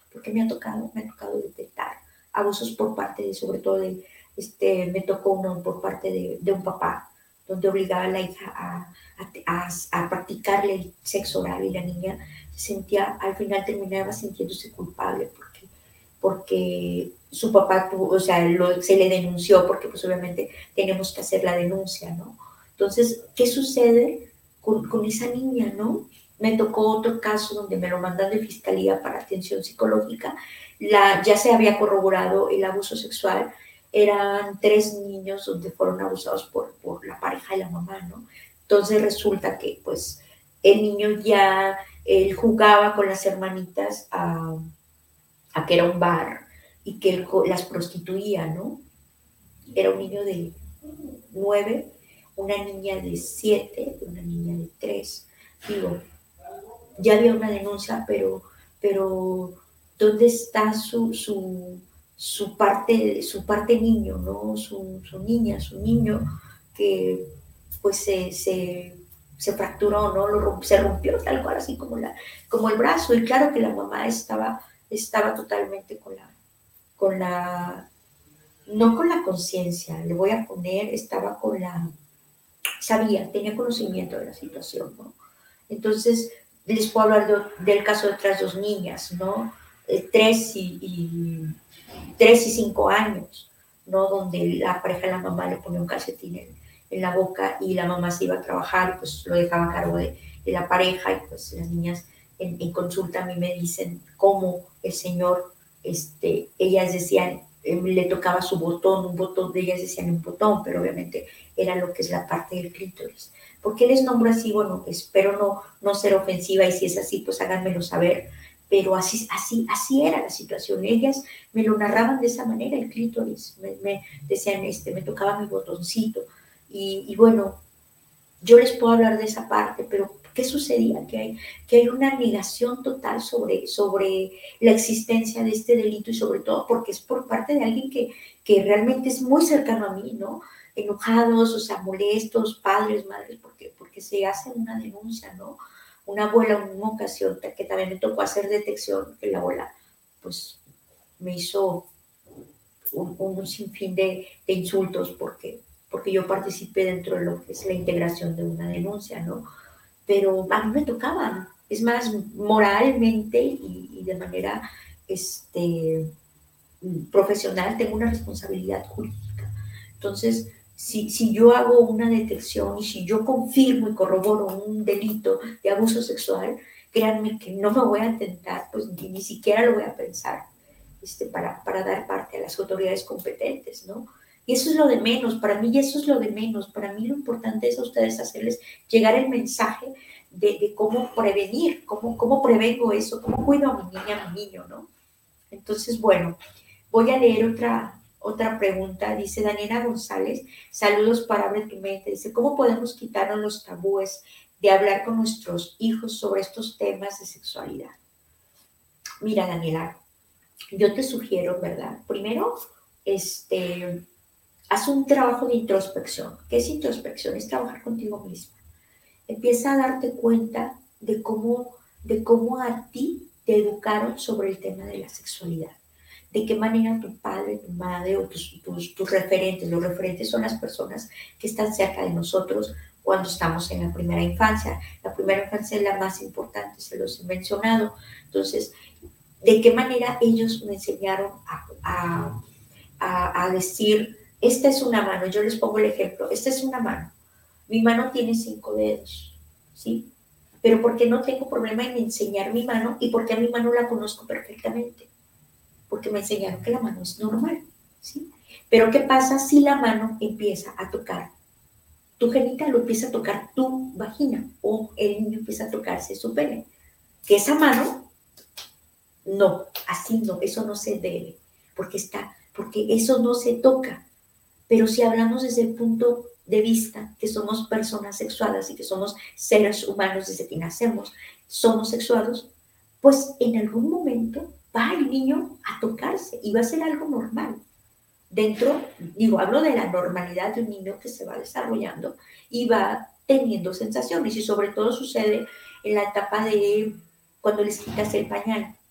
porque me ha tocado detectar abusos por parte de, sobre todo de, me tocó uno por parte de un papá, donde obligaba a la hija a practicarle el sexo oral y la niña se sentía, al final terminaba sintiéndose culpable porque su papá tuvo, o sea, se le denunció porque pues obviamente tenemos que hacer la denuncia, ¿no? Entonces, ¿qué sucede con esa niña, no? Me tocó otro caso donde me lo mandan de fiscalía para atención psicológica. Ya se había corroborado el abuso sexual. Eran 3 niños donde fueron abusados por la pareja y la mamá, ¿no? Entonces resulta que pues el niño ya él jugaba con las hermanitas a que era un bar y que él las prostituía, ¿no? Era un niño de 9, una niña de 7, una niña de 3. Digo, ya había una denuncia, pero ¿dónde está su parte niño, ¿no? Su niña, su niño, que pues se fracturó, ¿no? Se rompió tal cual, así como el brazo. Y claro que la mamá estaba totalmente no con la conciencia, le voy a poner, estaba tenía conocimiento de la situación, ¿no? Entonces, les puedo hablar del caso de otras 2 niñas, ¿no? 3 y 5 años, ¿no? Donde la pareja de la mamá le ponía un calcetín en la boca y la mamá se iba a trabajar, pues lo dejaba a cargo de la pareja y pues las niñas en consulta a mí me dicen cómo el señor, ellas decían, le tocaba su botón, un botón, de ellas decían un botón, pero obviamente era lo que es la parte del clítoris. ¿Por qué les nombro así? Bueno, espero no ser ofensiva y si es así, pues háganmelo saber. Pero así era la situación. Ellas me lo narraban de esa manera, el clítoris. Me decían, me tocaba mi botoncito. Y bueno, yo les puedo hablar de esa parte, pero ¿qué sucedía? Que hay una negación total sobre la existencia de este delito y sobre todo porque es por parte de alguien que realmente es muy cercano a mí, ¿no? Enojados, o sea, molestos, padres, madres, porque se hace una denuncia, ¿no? Una abuela en una ocasión que también me tocó hacer detección, que la abuela pues me hizo un sinfín de insultos porque yo participé dentro de lo que es la integración de una denuncia, ¿no? Pero a mí me tocaban, es más, moralmente y de manera profesional tengo una responsabilidad jurídica. Entonces, si yo hago una detección y si yo confirmo y corroboro un delito de abuso sexual, créanme que no me voy a tentar, pues ni siquiera lo voy a pensar para dar parte a las autoridades competentes, ¿no? Y eso es lo de menos, para mí eso es lo de menos, para mí lo importante es a ustedes hacerles llegar el mensaje de cómo prevenir, cómo prevengo eso, cómo cuido a mi niña, a mi niño, ¿no? Entonces, bueno, voy a leer otra pregunta. Dice Daniela González, saludos para Abre tu Mente. Dice, ¿cómo podemos quitarnos los tabúes de hablar con nuestros hijos sobre estos temas de sexualidad? Mira, Daniela, yo te sugiero, ¿verdad? Primero, haz un trabajo de introspección. ¿Qué es introspección? Es trabajar contigo misma. Empieza a darte cuenta de cómo a ti te educaron sobre el tema de la sexualidad. De qué manera tu padre, tu madre o tus referentes, los referentes son las personas que están cerca de nosotros cuando estamos en la primera infancia. La primera infancia es la más importante, se los he mencionado. Entonces, ¿de qué manera ellos me enseñaron a decir, esta es una mano? Yo les pongo el ejemplo, esta es una mano. Mi mano tiene 5 dedos, ¿sí? Pero porque no tengo problema en enseñar mi mano y porque a mi mano la conozco perfectamente. Porque me enseñaron que la mano es normal, ¿sí? Pero ¿qué pasa si la mano empieza a tocar tu genital, o empieza a tocar tu vagina, o el niño empieza a tocarse su pene? Que esa mano, no, así no, eso no se debe, porque eso no se toca. Pero si hablamos desde el punto de vista que somos personas sexuadas y que somos seres humanos desde que nacemos, somos sexuados, pues en algún momento va el niño a tocarse y va a ser algo normal. Hablo de la normalidad de un niño que se va desarrollando y va teniendo sensaciones y sobre todo sucede en la etapa de cuando les quitas el pañal.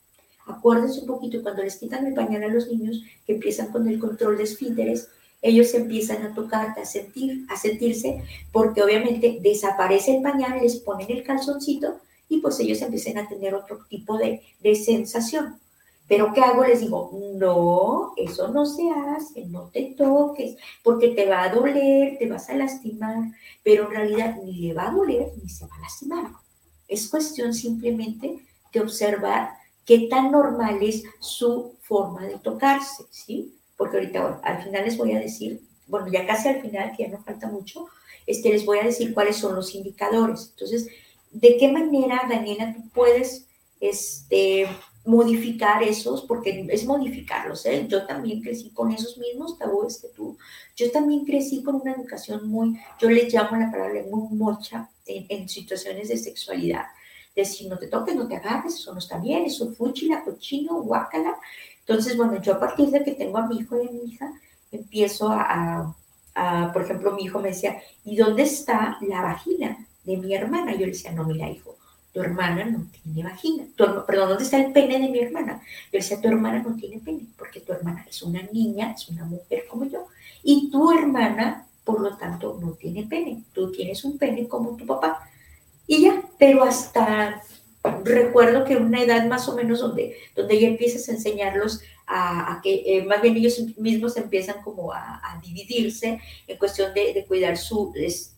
Acuérdense un poquito, cuando les quitan el pañal a los niños, que empiezan con el control de esfínteres, ellos empiezan a tocar, a sentirse, porque obviamente desaparece el pañal, les ponen el calzoncito y pues ellos empiezan a tener otro tipo de sensación. Pero ¿qué hago? Les digo, no, eso no se hace, no te toques, porque te va a doler, te vas a lastimar, pero en realidad ni le va a doler ni se va a lastimar. Es cuestión simplemente de observar qué tan normal es su forma de tocarse, ¿sí? Porque ahorita, bueno, al final les voy a decir, bueno, ya casi al final, que ya no falta mucho, les voy a decir cuáles son los indicadores. Entonces, ¿de qué manera, Daniela, tú puedes modificar esos? Porque es modificarlos, ¿eh? Yo también crecí con esos mismos tabúes que tú. Yo también crecí con una educación muy, yo les llamo la palabra muy mocha en situaciones de sexualidad. Decir, no te toques, no te agarres, eso no está bien, eso es fúchila, cochino, guácala. Entonces, bueno, yo a partir de que tengo a mi hijo y a mi hija, empiezo por ejemplo, mi hijo me decía, ¿y dónde está la vagina de mi hermana? Yo le decía, no, mira, hijo, tu hermana no tiene vagina. Perdón, ¿dónde está el pene de mi hermana? Yo le decía, tu hermana no tiene pene, porque tu hermana es una niña, es una mujer como yo, y tu hermana, por lo tanto, no tiene pene. Tú tienes un pene como tu papá. Y ya, pero hasta recuerdo que una edad más o menos donde ya empiezas a enseñarlos a que más bien ellos mismos empiezan como a dividirse en cuestión de cuidar su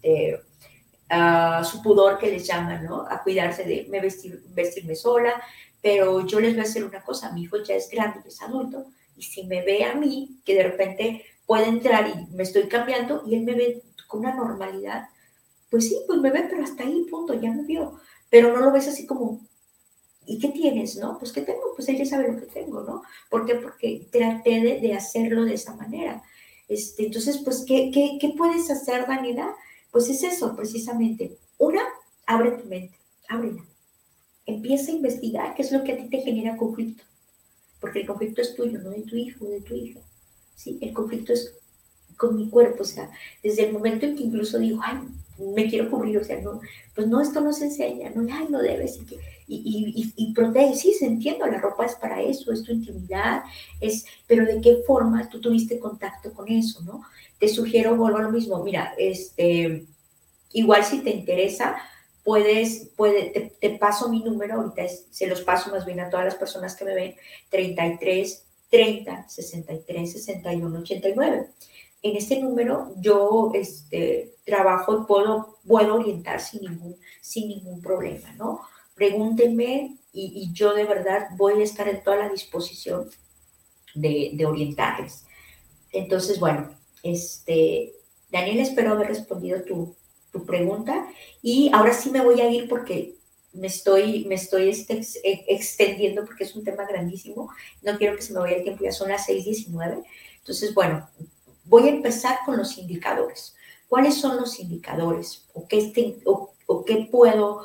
pudor, que les llaman, ¿no? A cuidarse de vestirme sola, pero yo les voy a decir una cosa, mi hijo ya es grande, es adulto, y si me ve a mí, que de repente puede entrar y me estoy cambiando, y él me ve con una normalidad, pues sí, pues me ve, pero hasta ahí, punto, ya me vio, pero no lo ves así como, ¿y qué tienes, no? Pues ¿qué tengo? Pues ella sabe lo que tengo, ¿no? ¿Por qué? Porque traté de hacerlo de esa manera. Entonces, pues, ¿qué puedes hacer, Daniela? Pues es eso, precisamente. Una, abre tu mente, ábrela. Empieza a investigar qué es lo que a ti te genera conflicto. Porque el conflicto es tuyo, no de tu hijo, de tu hija. ¿Sí? El conflicto es con mi cuerpo, o sea, desde el momento en que incluso digo, ay, me quiero cubrir, o sea, no, pues no, esto no se enseña, no, ay, no debes, y protege, sí, se entiendo, la ropa es para eso, es tu intimidad, pero ¿de qué forma tú tuviste contacto con eso, no? Te sugiero, vuelvo a lo mismo, mira, igual si te interesa, te paso mi número, ahorita se los paso más bien a todas las personas que me ven, 33 30 63 61 89. En este número yo trabajo y puedo orientar sin ningún problema, ¿no? Pregúntenme y yo de verdad voy a estar en toda la disposición de orientarles. Entonces, bueno, Daniel, espero haber respondido tu pregunta y ahora sí me voy a ir porque me estoy extendiendo porque es un tema grandísimo. No quiero que se me vaya el tiempo, ya son las 6:19. Entonces, bueno, voy a empezar con los indicadores. ¿Cuáles son los indicadores? ¿O qué puedo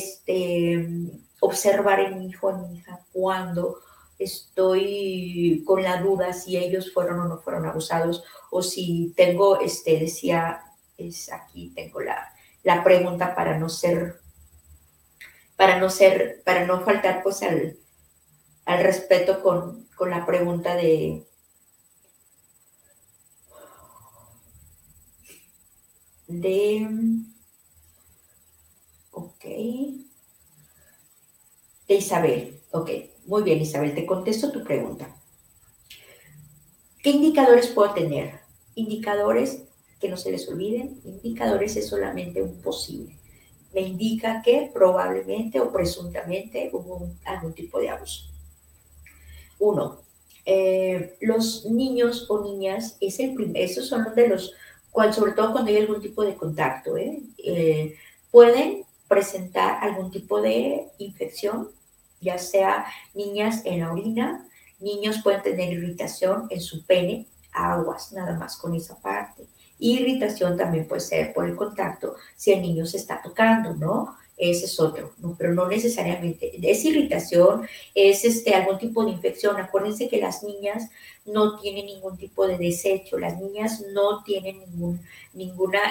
observar en mi hijo o en mi hija cuando estoy con la duda si ellos fueron o no fueron abusados? O si tengo, decía, aquí tengo la pregunta para no faltar pues al respeto con la pregunta de ok, de Isabel. Ok, muy bien, Isabel, te contesto tu pregunta. ¿Qué indicadores puedo tener? Indicadores que no se les olviden, indicadores es solamente un posible. Me indica que probablemente o presuntamente hubo algún tipo de abuso. Uno, los niños o niñas, esos son de los cuales, sobre todo cuando hay algún tipo de contacto, pueden presentar algún tipo de infección, ya sea niñas en la orina, niños pueden tener irritación en su pene, aguas nada más con esa parte. Irritación también puede ser por el contacto si el niño se está tocando, ¿no? Ese es otro, ¿no? Pero no necesariamente. Es irritación, es algún tipo de infección. Acuérdense que las niñas no tienen ningún tipo de desecho, las niñas no tienen ninguna,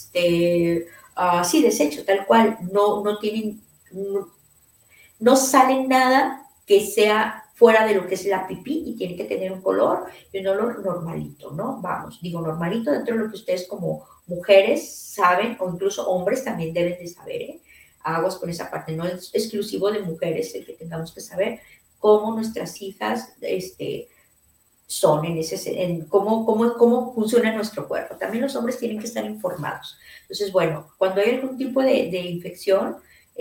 desecho, tal cual, no tienen, no sale nada que sea fuera de lo que es la pipí y tiene que tener un color y un olor normalito, ¿no? Vamos, digo normalito dentro de lo que ustedes como mujeres saben, o incluso hombres también deben de saber, ¿eh? Aguas con esa parte, no es exclusivo de mujeres el que tengamos que saber cómo nuestras hijas son cómo funciona nuestro cuerpo. También los hombres tienen que estar informados. Entonces, bueno, cuando hay algún tipo de infección,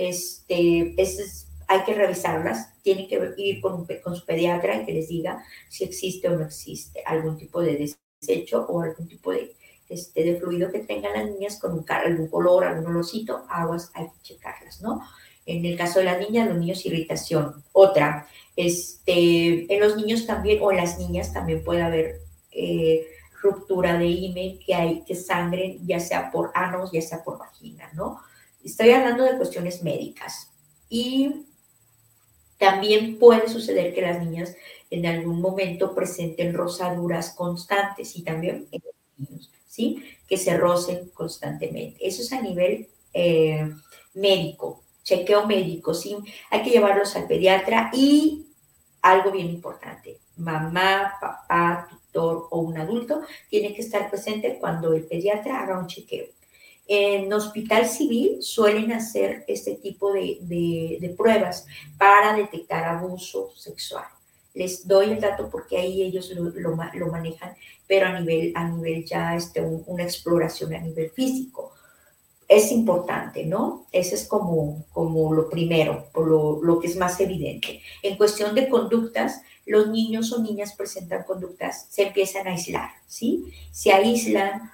hay que revisarlas, tienen que ir con su pediatra y que les diga si existe o no existe algún tipo de desecho o algún tipo de fluido que tengan las niñas con algún color, algún olorcito, aguas, hay que checarlas, ¿no? En el caso de las niñas, los niños, irritación. Otra, en los niños también, o en las niñas también puede haber ruptura de himen, que sangren, ya sea por anos, ya sea por vagina, ¿no? Estoy hablando de cuestiones médicas. Y también puede suceder que las niñas en algún momento presenten rosaduras constantes y también en los niños, ¿sí? Que se rocen constantemente. Eso es a nivel médico, chequeo médico, ¿sí? Hay que llevarlos al pediatra y algo bien importante, mamá, papá, tutor o un adulto tiene que estar presente cuando el pediatra haga un chequeo. En hospital civil suelen hacer este tipo de pruebas para detectar abuso sexual. Les doy el dato porque ahí ellos lo manejan, pero a nivel ya una exploración a nivel físico. Es importante, ¿no? Ese es como lo primero, lo que es más evidente. En cuestión de conductas, los niños o niñas presentan conductas, se empiezan a aislar, ¿sí? Se aíslan,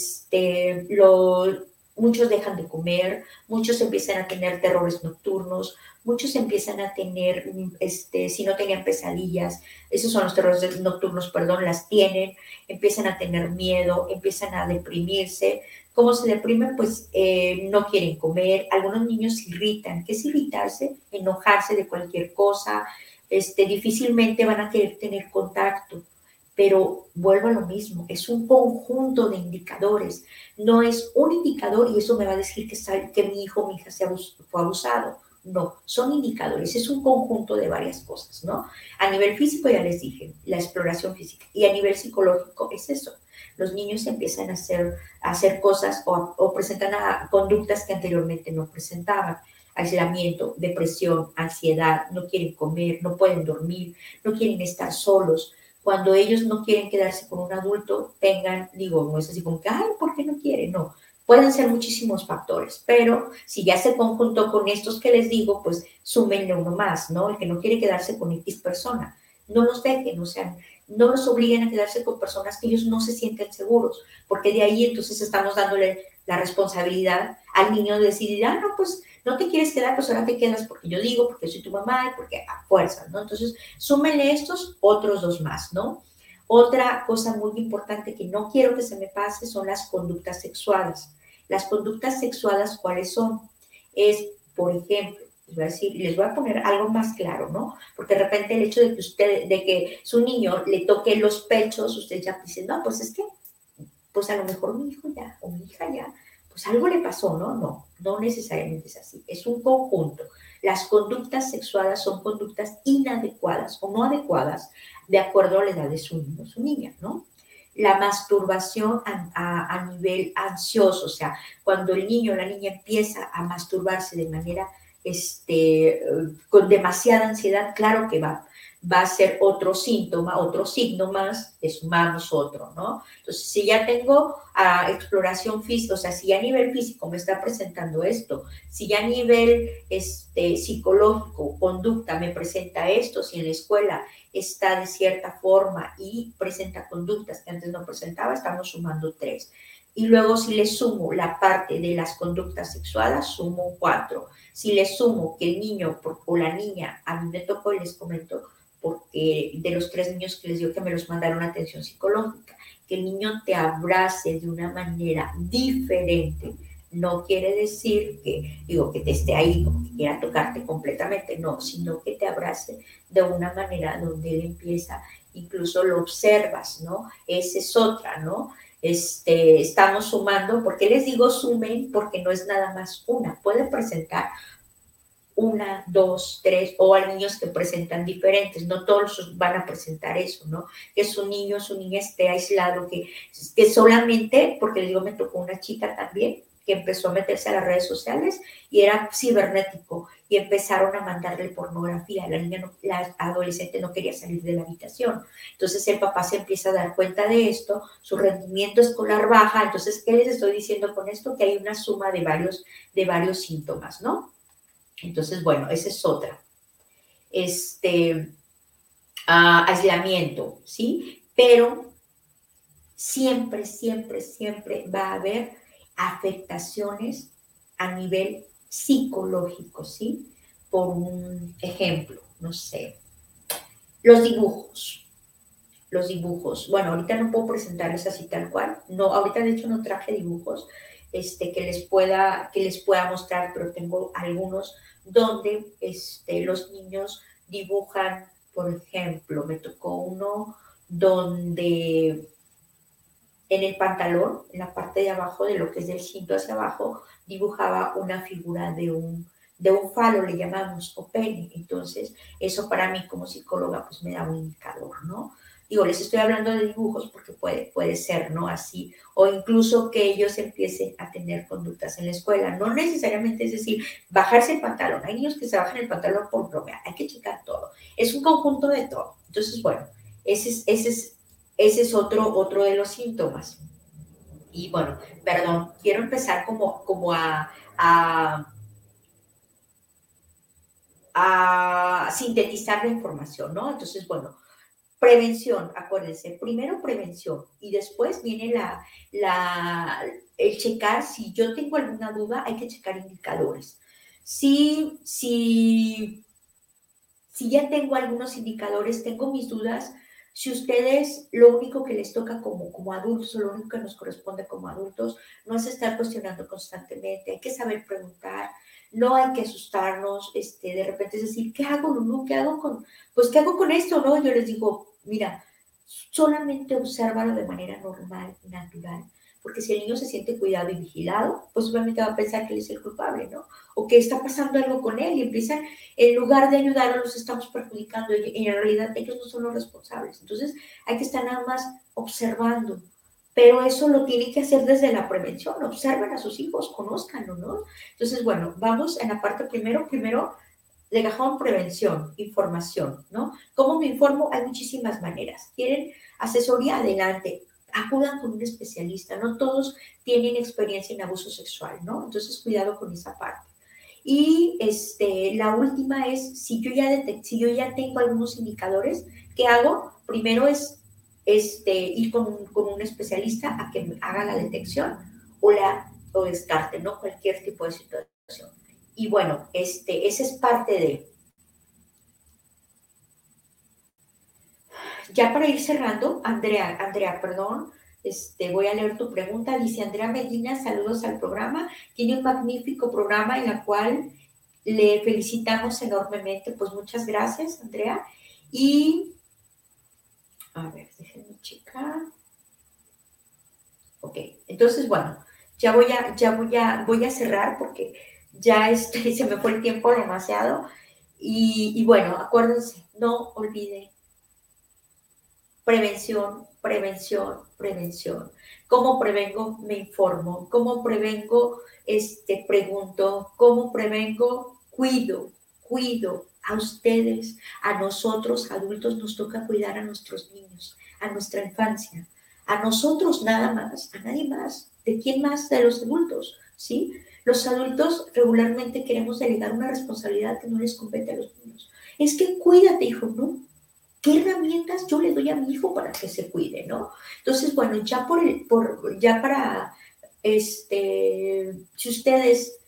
muchos dejan de comer, muchos empiezan a tener terrores nocturnos, muchos empiezan a tener, si no tenían pesadillas, esos son los terrores nocturnos, perdón, las tienen, empiezan a tener miedo, empiezan a deprimirse. ¿Cómo se deprimen? Pues no quieren comer, algunos niños se irritan. ¿Qué es irritarse? Enojarse de cualquier cosa, difícilmente van a querer tener contacto, pero vuelvo a lo mismo, es un conjunto de indicadores, no es un indicador y eso me va a decir que mi hijo o mi hija fue abusado. No, son indicadores, es un conjunto de varias cosas, ¿no? A nivel físico ya les dije, la exploración física, y a nivel psicológico es eso. Los niños empiezan a hacer cosas o presentan conductas que anteriormente no presentaban. Aislamiento, depresión, ansiedad, no quieren comer, no pueden dormir, no quieren estar solos. Cuando ellos no quieren quedarse con un adulto, no es así como que, ay, ¿por qué no quieren? No, pueden ser muchísimos factores, pero si ya se conjuntó con estos que les digo, pues súmenle uno más, ¿no? El que no quiere quedarse con X persona. No los dejen, no los obliguen a quedarse con personas que ellos no se sienten seguros, porque de ahí entonces estamos dándole la responsabilidad al niño de decidir, no, pues no te quieres quedar, pues ahora te quedas porque yo digo, porque soy tu mamá y porque a fuerza, ¿no? Entonces, súmenle estos otros dos más, ¿no? Otra cosa muy importante que no quiero que se me pase son las conductas sexuales. Las conductas sexuales, ¿cuáles son? Es, por ejemplo, les voy a poner algo más claro, ¿no? Porque de repente el hecho de que su niño le toque los pechos, usted ya dice, no, pues es que, pues a lo mejor mi hijo ya, o mi hija ya, pues algo le pasó, ¿no? No necesariamente es así, es un conjunto. Las conductas sexuales son conductas inadecuadas o no adecuadas de acuerdo a la edad de su niño o su niña, ¿no? La masturbación a nivel ansioso, o sea, cuando el niño o la niña empieza a masturbarse de manera con demasiada ansiedad, claro que va a ser otro síntoma, otro signo más de sumarnos otro, ¿no? Entonces, si ya tengo exploración física, o sea, si ya a nivel físico me está presentando esto, si ya a nivel psicológico, conducta me presenta esto, si en la escuela está de cierta forma y presenta conductas que antes no presentaba, estamos sumando 3. Y luego si le sumo la parte de las conductas sexuales, sumo 4. Si le sumo que el niño o la niña, a mí me tocó y les comento, porque de los 3 niños que les digo que me los mandaron a atención psicológica, que el niño te abrace de una manera diferente, no quiere decir que te esté ahí como que quiera tocarte completamente, no, sino que te abrace de una manera donde él empieza, incluso lo observas, ¿no? Esa es otra, ¿no? Estamos sumando, ¿por qué les digo sumen? Porque no es nada más una, puede presentar una, dos, tres, o hay niños que presentan diferentes, no todos van a presentar eso, ¿no? Que su niño, su niña esté aislado, que solamente, porque les digo, me tocó una chica también que empezó a meterse a las redes sociales y era cibernético y empezaron a mandarle pornografía. La niña, la adolescente no quería salir de la habitación. Entonces el papá se empieza a dar cuenta de esto, su rendimiento escolar baja. Entonces, ¿qué les estoy diciendo con esto? Que hay una suma de varios síntomas, ¿no? Entonces, bueno, esa es otra. Aislamiento, ¿sí? Pero siempre, siempre, siempre va a haber afectaciones a nivel psicológico, ¿sí? Por un ejemplo, no sé, los dibujos. Bueno, ahorita no puedo presentarles así tal cual. No, ahorita de hecho no traje dibujos que les pueda mostrar, pero tengo algunos donde los niños dibujan, por ejemplo, me tocó uno donde en el pantalón, en la parte de abajo, de lo que es del cinto hacia abajo, dibujaba una figura de un falo, le llamamos, o pene. Entonces, eso para mí como psicóloga, pues me da un indicador, ¿no? Digo, les estoy hablando de dibujos porque puede ser, ¿no? Así, o incluso que ellos empiecen a tener conductas en la escuela. No necesariamente es decir, bajarse el pantalón. Hay niños que se bajan el pantalón por bromear. Hay que checar todo. Es un conjunto de todo. Entonces, bueno, ese es otro de los síntomas. Y bueno, perdón, quiero empezar como a sintetizar la información, ¿no? Entonces, bueno, prevención, acuérdense, primero prevención y después viene el checar. Si yo tengo alguna duda, hay que checar indicadores. Si ya tengo algunos indicadores, tengo mis dudas. Si ustedes lo único que les toca como adultos, o lo único que nos corresponde como adultos, no es estar cuestionando constantemente, hay que saber preguntar, no hay que asustarnos, de repente es decir, ¿qué hago, Lulú? ¿Qué hago con esto? No, yo les digo, mira, solamente obsérvalo de manera normal, natural, porque si el niño se siente cuidado y vigilado, pues obviamente va a pensar que él es el culpable, ¿no? O que está pasando algo con él y empiezan, en lugar de ayudarlos, los estamos perjudicando y en realidad ellos no son los responsables. Entonces hay que estar nada más observando, pero eso lo tienen que hacer desde la prevención. Observen a sus hijos, conózcanlo, ¿no? Entonces, bueno, vamos en la parte primero de cajón, prevención, información, ¿no? ¿Cómo me informo? Hay muchísimas maneras. ¿Quieren asesoría? Adelante. Acudan con un especialista. No todos tienen experiencia en abuso sexual, ¿no? Entonces, cuidado con esa parte. Y la última es, si yo ya tengo algunos indicadores, ¿qué hago? Primero es ir con un especialista a que me haga la detección o descarte, ¿no? Cualquier tipo de situación. Y bueno, esa es parte de. Ya para ir cerrando, Andrea, perdón, voy a leer tu pregunta. Dice Andrea Medina, saludos al programa. Tiene un magnífico programa en el cual le felicitamos enormemente. Pues muchas gracias, Andrea. Y, a ver, déjenme checar. Ok, entonces, bueno, ya voy a cerrar porque ya se me fue el tiempo demasiado. Y bueno, acuérdense, no olviden prevención, prevención, prevención. ¿Cómo prevengo? Me informo. ¿Cómo prevengo? Pregunto. ¿Cómo prevengo? Cuido. A ustedes, a nosotros adultos nos toca cuidar a nuestros niños, a nuestra infancia. A nosotros nada más, a nadie más. ¿De quién más? De los adultos, ¿sí? Los adultos regularmente queremos delegar una responsabilidad que no les compete a los niños. Es que cuídate, hijo, ¿no? ¿Qué herramientas yo le doy a mi hijo para que se cuide, no? Entonces, bueno, si ustedes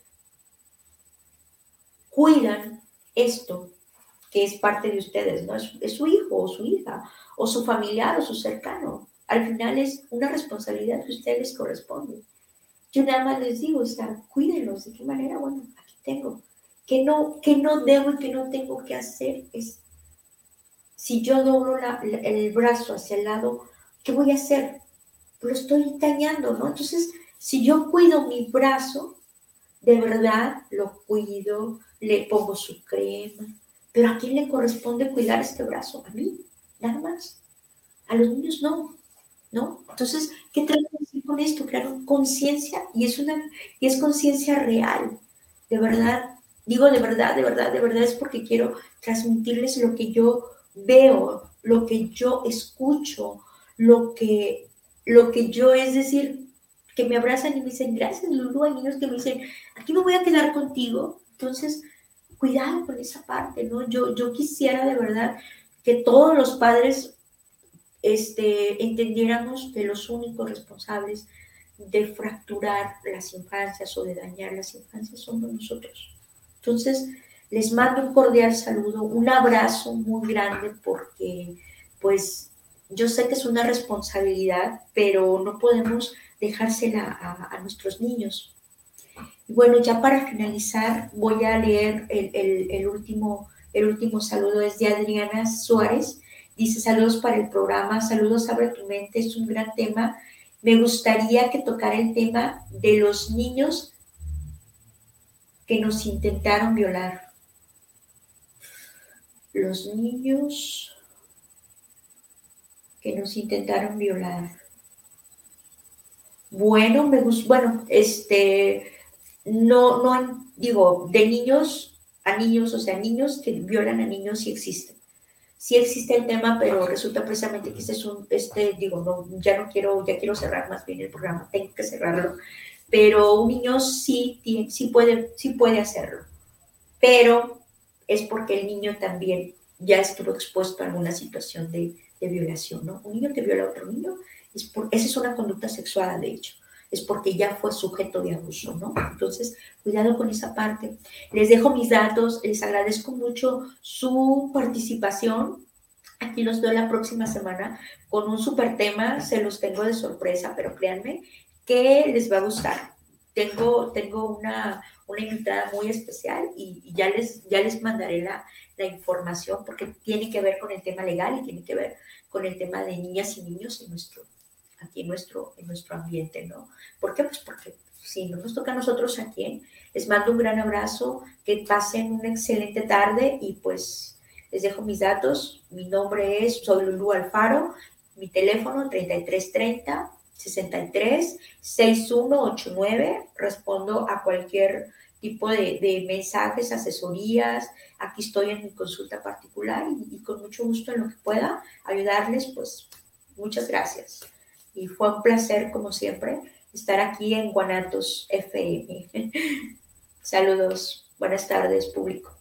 cuidan esto, que es parte de ustedes, ¿no? Es su hijo o su hija, o su familiar o su cercano. Al final es una responsabilidad que a ustedes les corresponde. Yo nada más les digo, cuídenlos. ¿De qué manera? Bueno, aquí tengo. ¿Qué no debo y qué no tengo que hacer? Si yo doblo el brazo hacia el lado, ¿qué voy a hacer? Lo estoy dañando, ¿no? Entonces, si yo cuido mi brazo, de verdad lo cuido, le pongo su crema, pero ¿a quién le corresponde cuidar este brazo? A mí, nada más. A los niños no, ¿no? Entonces, ¿qué trato de decir con esto? Claro, conciencia, y es conciencia real, de verdad. Digo de verdad, de verdad, de verdad, es porque quiero transmitirles lo que yo veo, lo que yo escucho, lo que yo, es decir, que me abrazan y me dicen, gracias, Lulu. Hay niños que me dicen, aquí me voy a quedar contigo. Entonces, cuidado con esa parte, ¿no? Yo quisiera de verdad que todos los padres entendiéramos que los únicos responsables de fracturar las infancias o de dañar las infancias somos nosotros. Entonces, les mando un cordial saludo, un abrazo muy grande porque, pues, yo sé que es una responsabilidad, pero no podemos dejársela a nuestros niños. Y bueno, ya para finalizar, voy a leer el último saludo, es de Adriana Suárez. Dice, saludos para el programa, saludos, abre tu mente, es un gran tema. Me gustaría que tocara el tema de los niños que nos intentaron violar. Los niños que nos intentaron violar. Bueno, no, digo, de niños a niños, o sea, niños que violan a niños sí existen. Sí existe el tema, pero resulta precisamente que este es ya quiero cerrar más bien el programa, tengo que cerrarlo, pero un niño sí puede hacerlo, pero es porque el niño también ya estuvo expuesto a alguna situación de violación, ¿no? Un niño que viola a otro niño, esa es una conducta sexual, de hecho, es porque ya fue sujeto de abuso, ¿no? Entonces, cuidado con esa parte. Les dejo mis datos, les agradezco mucho su participación. Aquí los veo la próxima semana con un súper tema, se los tengo de sorpresa, pero créanme que les va a gustar. Tengo una invitada muy especial y ya les mandaré la información porque tiene que ver con el tema legal y tiene que ver con el tema de niñas y niños en nuestro ambiente, ¿no? ¿Por qué? Pues porque si no nos toca a nosotros, ¿a quién? Les mando un gran abrazo, que pasen una excelente tarde y pues les dejo mis datos. Mi nombre soy Lulu Alfaro, mi teléfono 3330 63 6189. Respondo a cualquier tipo de mensajes, asesorías. Aquí estoy en mi consulta particular y con mucho gusto en lo que pueda ayudarles, pues muchas gracias. Y fue un placer, como siempre, estar aquí en Guanatos FM. Saludos, buenas tardes, público.